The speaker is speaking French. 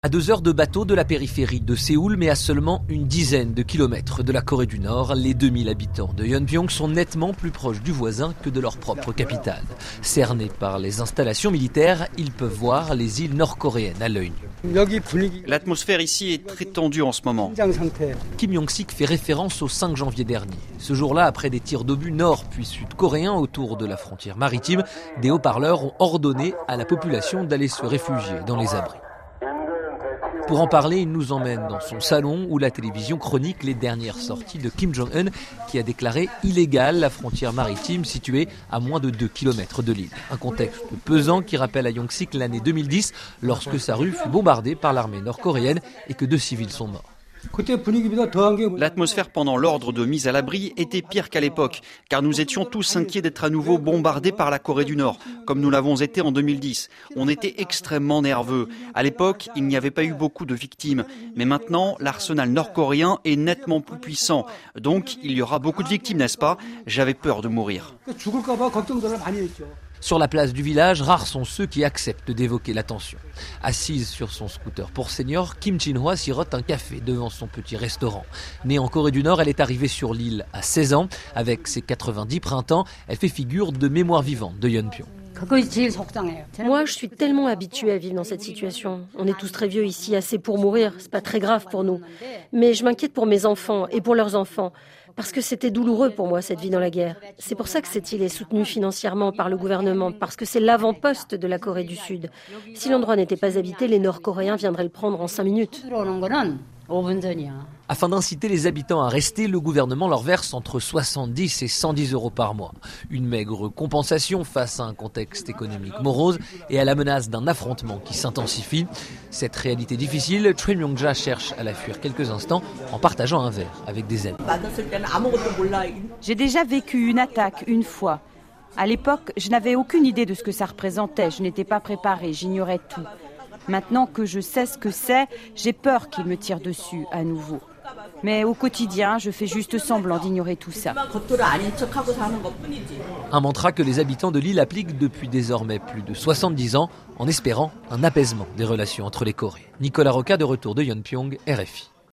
À 2 heures de bateau de la périphérie de Séoul, mais à seulement une dizaine de kilomètres de la Corée du Nord, les 2000 habitants de Yeonpyeong sont nettement plus proches du voisin que de leur propre capitale. Cernés par les installations militaires, ils peuvent voir les îles nord-coréennes à l'œil nu. L'atmosphère ici est très tendue en ce moment. Kim Yong-sik fait référence au 5 janvier dernier. Ce jour-là, après des tirs d'obus nord puis sud-coréens autour de la frontière maritime, des haut-parleurs ont ordonné à la population d'aller se réfugier dans les abris. Pour en parler, il nous emmène dans son salon où la télévision chronique les dernières sorties de Kim Jong-un qui a déclaré illégale la frontière maritime située à moins de 2 km de l'île. Un contexte pesant qui rappelle à Yong-sik l'année 2010 lorsque sa rue fut bombardée par l'armée nord-coréenne et que 2 civils sont morts. L'atmosphère pendant l'ordre de mise à l'abri était pire qu'à l'époque, car nous étions tous inquiets d'être à nouveau bombardés par la Corée du Nord, comme nous l'avons été en 2010. On était extrêmement nerveux. À l'époque, il n'y avait pas eu beaucoup de victimes. Mais maintenant, l'arsenal nord-coréen est nettement plus puissant. Donc, il y aura beaucoup de victimes, n'est-ce pas ? J'avais peur de mourir. Sur la place du village, rares sont ceux qui acceptent d'évoquer la tension. Assise sur son scooter pour senior, Kim Jin-hwa sirote un café devant son petit restaurant. Née en Corée du Nord, elle est arrivée sur l'île à 16 ans. Avec ses 90 printemps, elle fait figure de mémoire vivante de Yeonpyeong. Moi, je suis tellement habituée à vivre dans cette situation. On est tous très vieux ici, assez pour mourir. C'est pas très grave pour nous. Mais je m'inquiète pour mes enfants et pour leurs enfants. Parce que c'était douloureux pour moi, cette vie dans la guerre. C'est pour ça que cette île est soutenue financièrement par le gouvernement, parce que c'est l'avant-poste de la Corée du Sud. Si l'endroit n'était pas habité, les Nord-Coréens viendraient le prendre en 5 minutes. Afin d'inciter les habitants à rester, le gouvernement leur verse entre 70 et 110 euros par mois. Une maigre compensation face à un contexte économique morose et à la menace d'un affrontement qui s'intensifie. Cette réalité difficile, Choi Myung-ja cherche à la fuir quelques instants en partageant un verre avec des amis. J'ai déjà vécu une attaque une fois. À l'époque, je n'avais aucune idée de ce que ça représentait. Je n'étais pas préparée, j'ignorais tout. Maintenant que je sais ce que c'est, j'ai peur qu'ils me tirent dessus à nouveau. Mais au quotidien, je fais juste semblant d'ignorer tout ça. Un mantra que les habitants de l'île appliquent depuis désormais plus de 70 ans, en espérant un apaisement des relations entre les Coréens. Nicolas Roca de retour de Yeonpyeong, RFI.